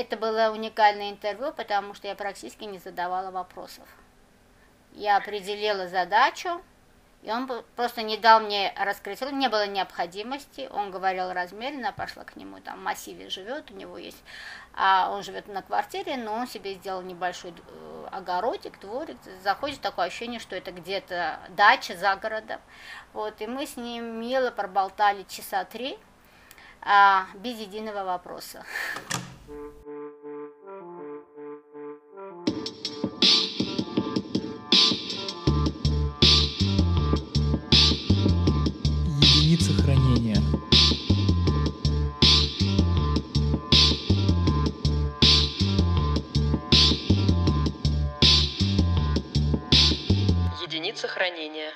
Это было уникальное интервью, потому что я практически не задавала вопросов. Я определила задачу, и он просто не дал мне раскрыть, не было необходимости, он говорил размеренно, пошла к нему, там в массиве живет, у него есть, он живет на квартире, но он себе сделал небольшой огородик, дворик, заходит такое ощущение, что это где-то дача за городом, вот, и мы с ним мило проболтали часа 3, без единого вопроса. Единицы хранения. Единица хранения.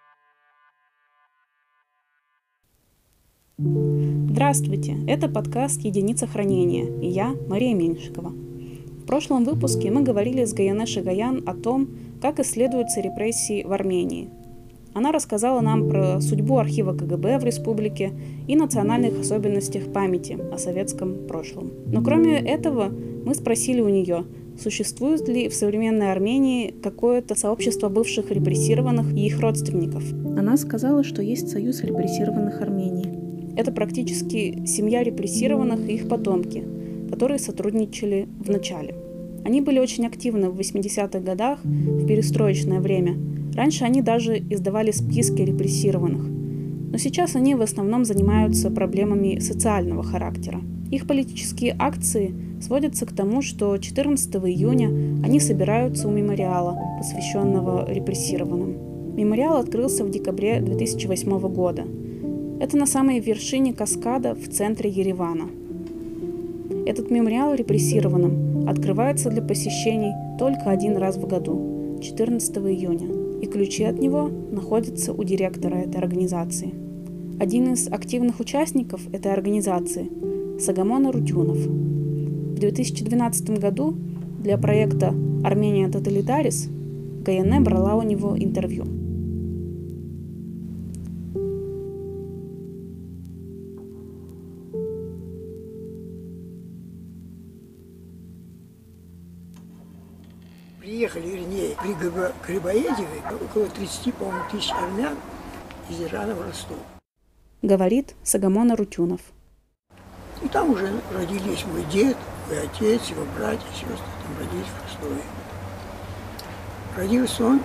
Здравствуйте, это подкаст «Единица хранения» и я, Мария Меньшикова. В прошлом выпуске мы говорили с Гаянэ Шигаян о том, как исследуются репрессии в Армении. Она рассказала нам про судьбу архива КГБ в республике и национальных особенностях памяти о советском прошлом. Но кроме этого, мы спросили у нее, существует ли в современной Армении какое-то сообщество бывших репрессированных и их родственников. Она сказала, что есть союз репрессированных Армении. Это практически семья репрессированных и их потомки, которые сотрудничали в начале. Они были очень активны в 80-х годах, в перестроечное время. Раньше они даже издавали списки репрессированных. Но сейчас они в основном занимаются проблемами социального характера. Их политические акции сводятся к тому, что 14 июня они собираются у мемориала, посвященного репрессированным. Мемориал открылся в декабре 2008 года. Это на самой вершине каскада в центре Еревана. Этот мемориал репрессированным открывается для посещений только один раз в году, 14 июня, и ключи от него находятся у директора этой организации. Один из активных участников этой организации – Сагамон Арутюнов. В 2012 году для проекта «Армения Тоталитарис» Гаянэ брала у него интервью. Приехали, вернее, при Грибоедове около 30, по-моему, тысяч армян из Ирана в Ростов. Говорит Сагамон Арутюнов. И там уже родились мой дед, мой отец, его братья, сестры, там родились в Ростове. Родился он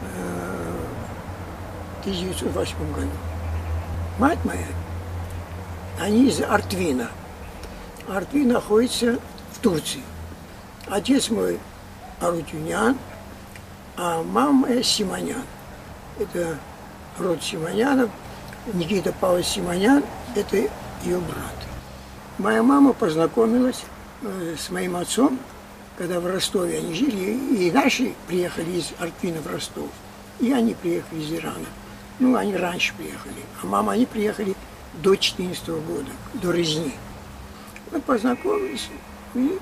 в 1908 году. Мать моя, они из Артвина. Артвин находится в Турции. Отец мой Арутюнян, а мама моя Симонян. Это род Симонянов. Никита Павлович Симонян – это ее брат. Моя мама познакомилась с моим отцом, когда в Ростове они жили, и наши приехали из Артвина в Ростов, и они приехали из Ирана. Ну, они раньше приехали, а мама, они приехали до 14 года, до резни. Мы познакомились, и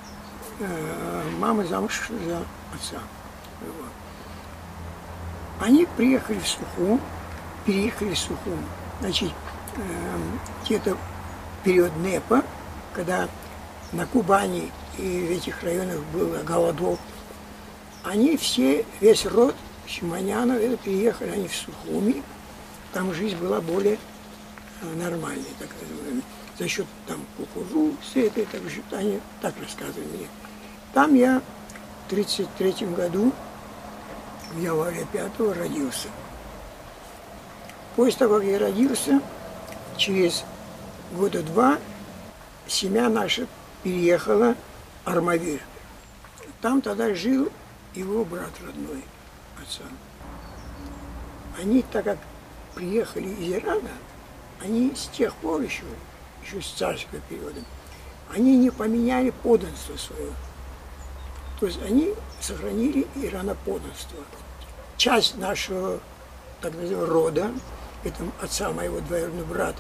мама замуж за отца. Вот. Они приехали в Сухум, переехали в Сухум. Значит, где-то период НЭПа, когда на Кубани и в этих районах было голодов, они все, весь род Симонянов, это переехали они в Сухуми. Там жизнь была более нормальной, так называемой. За счет там кукурузы, это они так рассказывали мне. Там я в 1933 году, в январе 5-го, родился. После того, как я родился, через года 2 семья наша переехала в Армавир. Там тогда жил его брат родной отца. Они, так как приехали из Ирана, они с тех пор еще с царского периода, они не поменяли подданство свое. То есть они сохранили ираноподданство. Часть нашего, так называемого, рода, это отца моего двоюродный брат,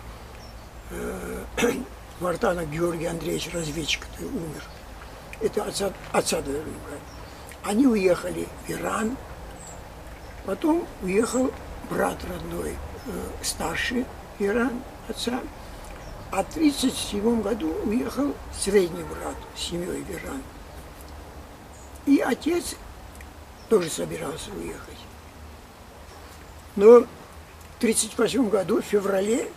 Вартанов Георгий Андреевич, разведчик, который умер. Это отца двоюродный брат. Они уехали в Иран, потом уехал брат родной, старший в Иран, отца. А в 1937 году уехал средний брат с семьей в Иран. И отец тоже собирался уехать. Но в 1938 году, в феврале,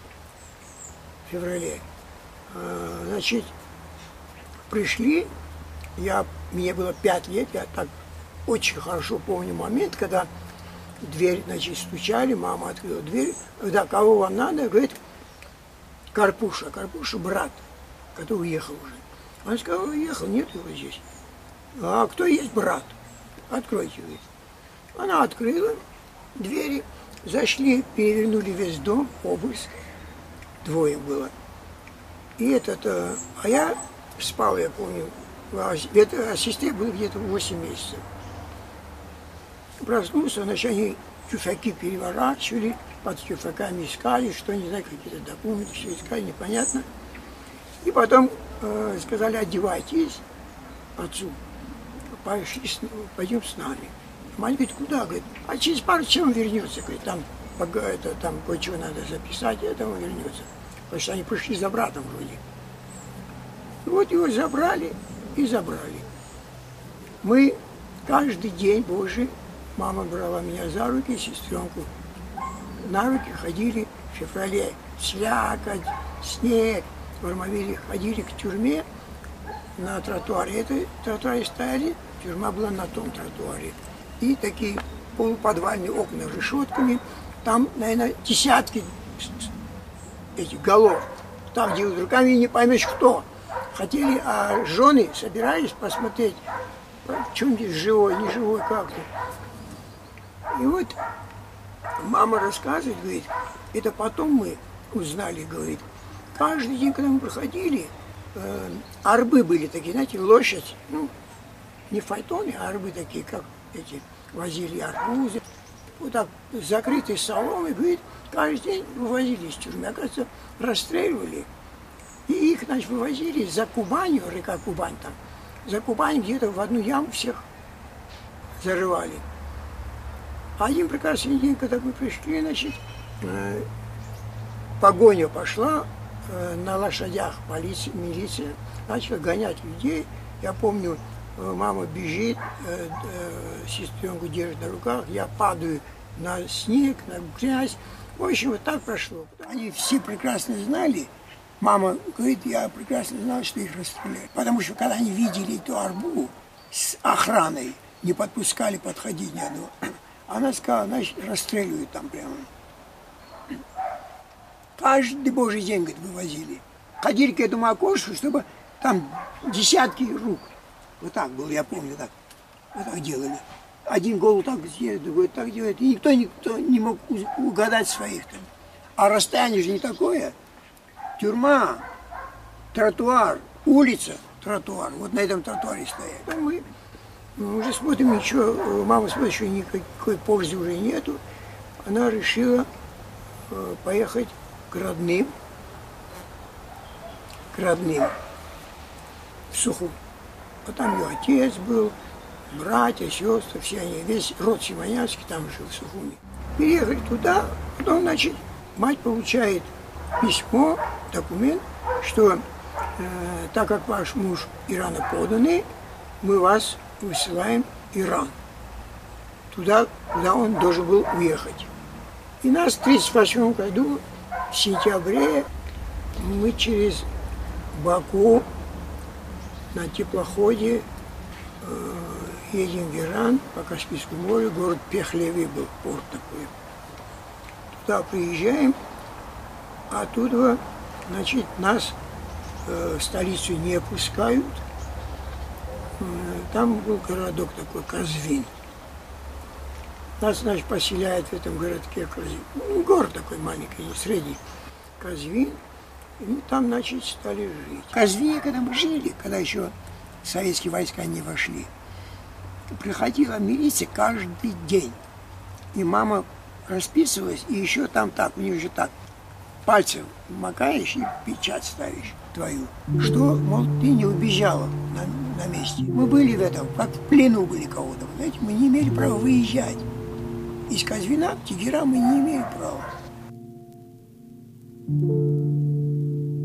значит, пришли, мне было 5 лет, я так очень хорошо помню момент, когда в дверь, значит, стучали, мама открыла дверь, когда кого вам надо, говорит, Карпуша, брат, который уехал уже. Он сказал, уехал, нет его здесь. А кто есть брат? Откройте, говорит. Она открыла двери, зашли, перевернули весь дом, обыск, 2 было. И а я спал, я помню, а сестре было где-то 8 месяцев. Проснулся, значит, они тюфяки переворачивали, под тюфяками искали, что, не знаю, какие-то документы, все искали, непонятно. И потом сказали, одевайтесь отцу, пойдем с нами. Мать говорит, куда? Говорит, а через пару часов он вернется. Говорит, там кое-чего надо записать, и это он вернется. Потому что они пришли за братом вроде. И вот его забрали. Мы каждый день Божий, мама брала меня за руки, сестренку на руки, ходили в феврале, слякоть, снег, в Армавире, ходили к тюрьме на тротуаре. Это тротуаре стояли, тюрьма была на том тротуаре. И такие полуподвальные окна с решетками, там, наверное, десятки этих голов. Так делают руками, и не поймешь кто. Хотели, а жены собирались посмотреть, в чем здесь живой, не живой, как-то. И вот мама рассказывает, говорит, это потом мы узнали, говорит, каждый день, когда мы проходили, арбы были такие, знаете, лошадь, ну, не файтоны, а арбы такие, как эти, возили арбузы, вот так закрытые соломой, говорит, каждый день вывозили из тюрьмы, оказывается, расстреливали. И их, значит, вывозили за Кубанью, река Кубань там, за Кубань где-то в одну яму всех зарывали. Один прекрасный день, когда мы пришли, значит, погоня пошла, на лошадях милиция начала гонять людей. Я помню, мама бежит, сестренку держит на руках, я падаю на снег, на грязь. В общем, вот так прошло. Они все прекрасно знали, мама говорит, я прекрасно знал, что их расстреляют. Потому что когда они видели эту арбу с охраной, не подпускали подходить ни одного. Она сказала, значит, расстреливают там прямо. Каждый божий день, говорит, вывозили. Ходили к этому окошку, чтобы там десятки рук. Вот так было, я помню, так. Вот так делали. Один голову так сделает, другой так делает. И никто не мог угадать своих там. А расстояние же не такое. Тюрьма, тротуар, улица, тротуар. Вот на этом тротуаре стоят. Мы уже смотрим, ничего, мама смотрит, что никакой пользы уже нету. Она решила поехать к родным, в Сухум. А там ее отец был, братья, сестры, все они, весь род Симонянский там жил в Сухуме. Переехали туда, потом, значит, мать получает письмо, документ, что так как ваш муж Ирана поданный, мы вас высылаем в Иран, туда, куда он должен был уехать. И нас в 1938 году, в сентябре, мы через Баку на теплоходе едем в Иран по Каспийскому морю, город Пехлеви был, порт такой. Туда приезжаем, а оттуда, значит, нас в столицу не пускают. Там был городок такой, Казвин. Нас, значит, поселяют в этом городке Казвин. Ну, город такой маленький, средний Казвин. И мы там, значит, стали жить. В Казвине, когда мы жили, когда еще советские войска не вошли, приходила милиция каждый день. И мама расписывалась, и еще там так, у нее же так, пальцем макаешь и печать ставишь твою. Что, мол, ты не убежала на месте. Мы были в этом, как в плену были кого-то. Знаете, мы не имели права выезжать. Из Казвина в Тегеран мы не имели права.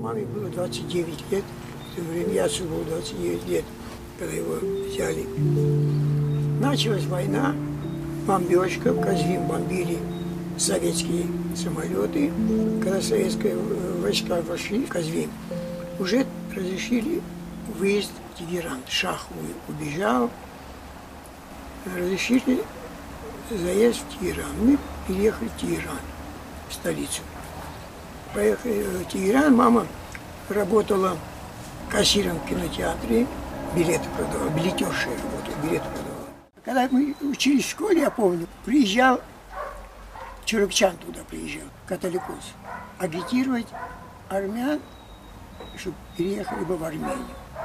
Маме было 29 лет. В то время я отцу был 29 лет, когда его взяли. Началась война, бомбежка, в Казвин бомбили советские самолеты. Когда советские войска вошли в Казвин, уже разрешили выезд в Тегеран. Шах убежал, разрешили заезд в Тегеран. Мы переехали в Тегеран, в столицу. Поехали в Тегеран, мама работала кассиром в кинотеатре, билеты продавала, билетершей работала, билеты продавала. Когда мы учились в школе, я помню, приезжал Чурыкчан туда приезжал, католикос, агитировать армян, чтобы переехали бы в Армению.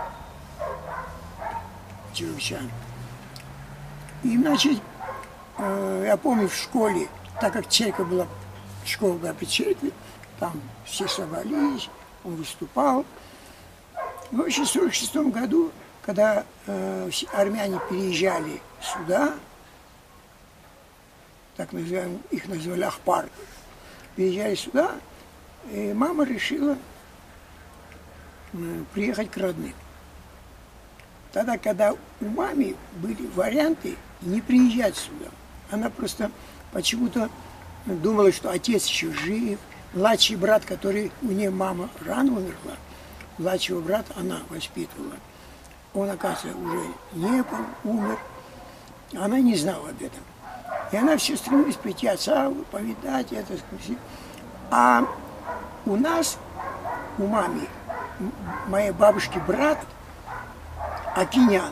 Чурыкчан. И, значит, я помню в школе, так как церковь была, школа была при церкви, там все собрались, он выступал. В общем, в 1946 году, когда армяне переезжали сюда, так называемый, их называли Ахпар, переезжали сюда, и мама решила приехать к родным. Тогда, когда у мамы были варианты не приезжать сюда, она просто почему-то думала, что отец еще жив, младший брат, который у нее мама рано умерла, младшего брата она воспитывала. Он, оказывается, уже не был, умер. Она не знала об этом. И она все стремилась прийти отца, повидать это. А у нас, у мамы, моей бабушки брат, Акинян,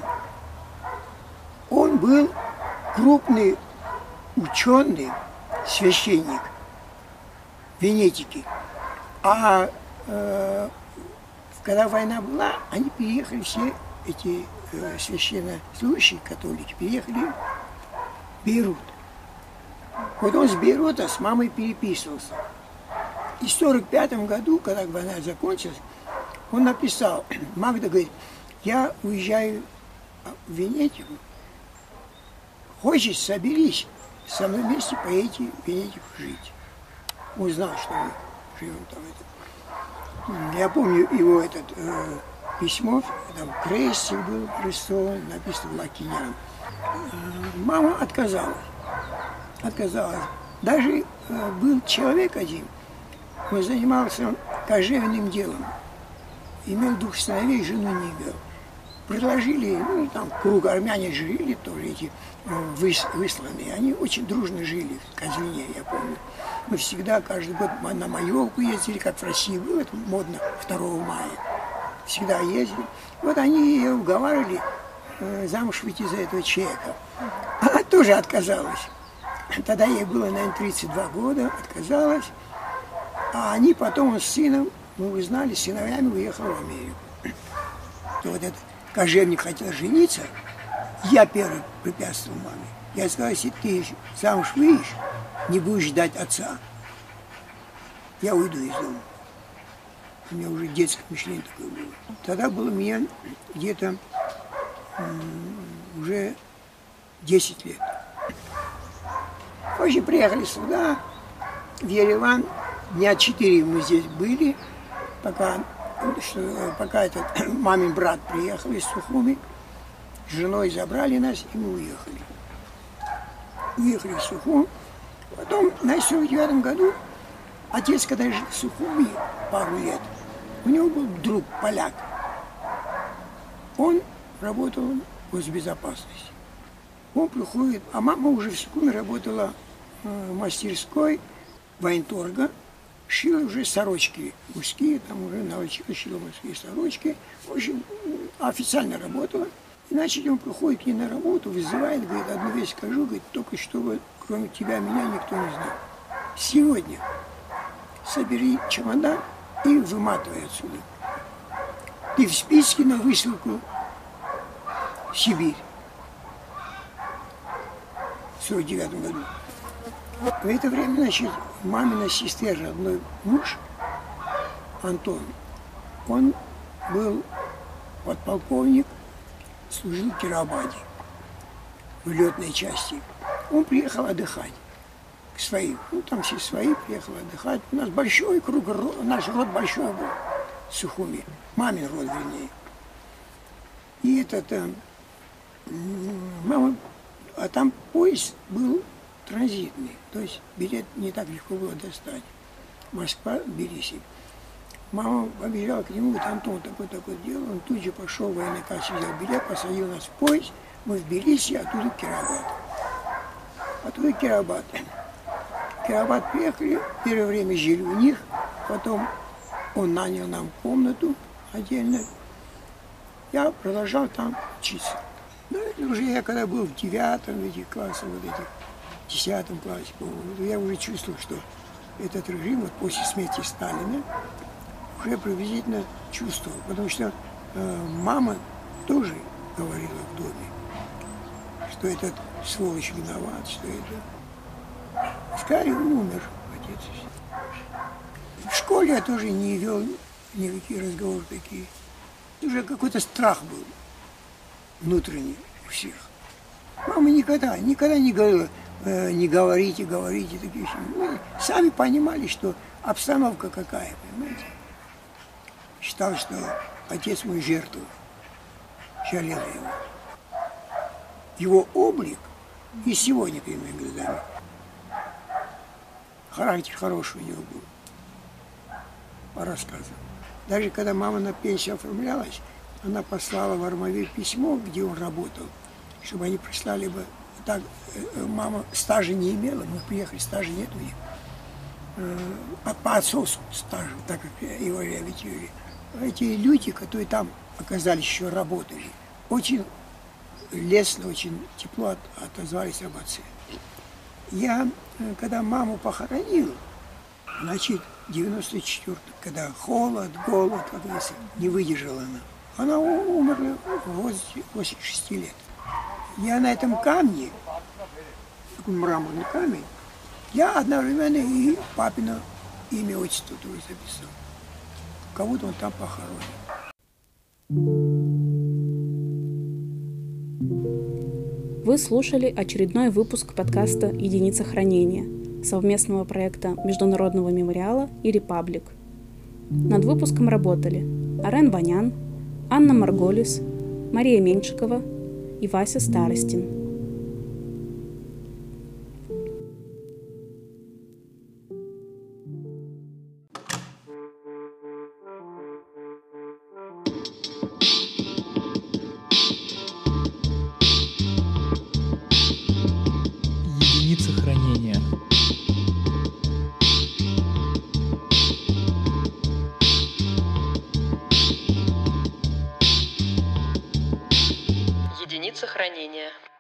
он был крупный ученый, священник Венетики. А когда война была, они переехали, все эти священнослужащие, католики, переехали в Бейрут. Вот он с Бейрута с мамой переписывался. И в 1945 году, когда война закончилась, он написал, Магда говорит, я уезжаю в Венетику, хочешь, соберись, со мной вместе поедете в Венетику жить. Он знал, что мы живем там. Я помню его письмо, там крестик был арестован, написано Лакинян. Мама отказалась. Даже был человек один, он занимался кожевенным делом. Имел 2 сыновей, жену не имел. Предложили, там круг армяне жили, тоже эти высланные. Они очень дружно жили в Казвине, я помню. Мы всегда, каждый год на Майорку ездили, как в России было, это модно, 2 мая. Всегда ездили. Вот они ее уговаривали замуж выйти за этого человека. Она тоже отказалась. Тогда ей было, наверное, 32 года, отказалась. А они потом с сыном, вы знали, с сыновьями уехали в Америку. То вот этот кожевник хотел жениться, я первый препятствовал маме. Я сказал, если ты замуж выйдешь, не будешь ждать отца, я уйду из дома. У меня уже детское мышление такое было. Тогда было мне где-то уже 10 лет. Позже приехали сюда, в Ереван. Дня 4 мы здесь были, пока этот мамин брат приехал из Сухуми. С женой забрали нас, и мы уехали. Уехали в Сухум. Потом, в 1949 году, отец, когда жил в Сухуми пару лет, у него был друг, поляк. Он работал в госбезопасности. Он приходит, а мама уже в Сухуми работала в мастерской военторга, шила уже сорочки мужские, там уже научилась шила мужские сорочки. В общем, официально работала. И, значит, он приходит к ней на работу, вызывает, говорит, одну вещь скажу, говорит, только чтобы кроме тебя, меня никто не знал. Сегодня собери чемодан и выматывай отсюда. Ты в списке на высылку в Сибирь. В 1949 году. В это время, значит, мамина сестра, родной муж, Антон, он был подполковник, служил в Кировограде, в летной части. Он приехал отдыхать к своим. Там все свои приехали отдыхать. У нас большой круг, наш род большой был. Сухуми, мамин род, вернее. И мама, а там поезд был транзитный, то есть билет не так легко было достать. Москва, Тбилиси. Мама побежала к нему, говорит: Антон, такой дело. Он тут же пошел в военной кассе, взял билет, посадил нас в поезд. Мы в Тбилиси, оттуда в Кирабад. Кирабад приехали, первое время жили у них, потом он нанял нам комнату отдельно. Я продолжал там учиться. Ну, это уже я когда был в 9 этих классах, вот этих, в 10 классе, по-моему, я уже чувствовал, что этот режим, вот после смерти Сталина, уже приблизительно чувствовал. Потому что мама тоже говорила в доме, что этот сволочь виноват, что это... Скорее он умер, отец. В школе я тоже не вел никакие разговоры такие. Уже какой-то страх был внутренний у всех. Мама никогда не говорила: не говорите такие вещи. Мы сами понимали, что обстановка какая, понимаете. Считал, что отец мой жертва, жалел его. Его облик и сегодня перед моими глазами. Характер хороший у него был, по рассказам. Даже когда мама на пенсию оформлялась, она послала в Армавир письмо, где он работал, чтобы они прислали бы. Так, мама стажа не имела, мы приехали, стажа нет у них. По отцовскому стажу, так как его реабилитировали. Эти люди, которые там оказались, еще работали, очень лестно, очень тепло отозвались об отце. Я, когда маму похоронил, значит, 94-м, когда холод, голод, как говорится, не выдержала она. Она умерла в возрасте 86 лет. Я на этом камне, такой мраморный камень, я одновременно и папино имя, отчество тоже записал. Кого-то он там похоронен. Вы слушали очередной выпуск подкаста «Единица хранения» совместного проекта Международного мемориала и «Репаблик». Над выпуском работали Арен Ванян, Анна Марголис, Мария Меньшикова и Вася Старостин. Единица хранения. Единица хранения.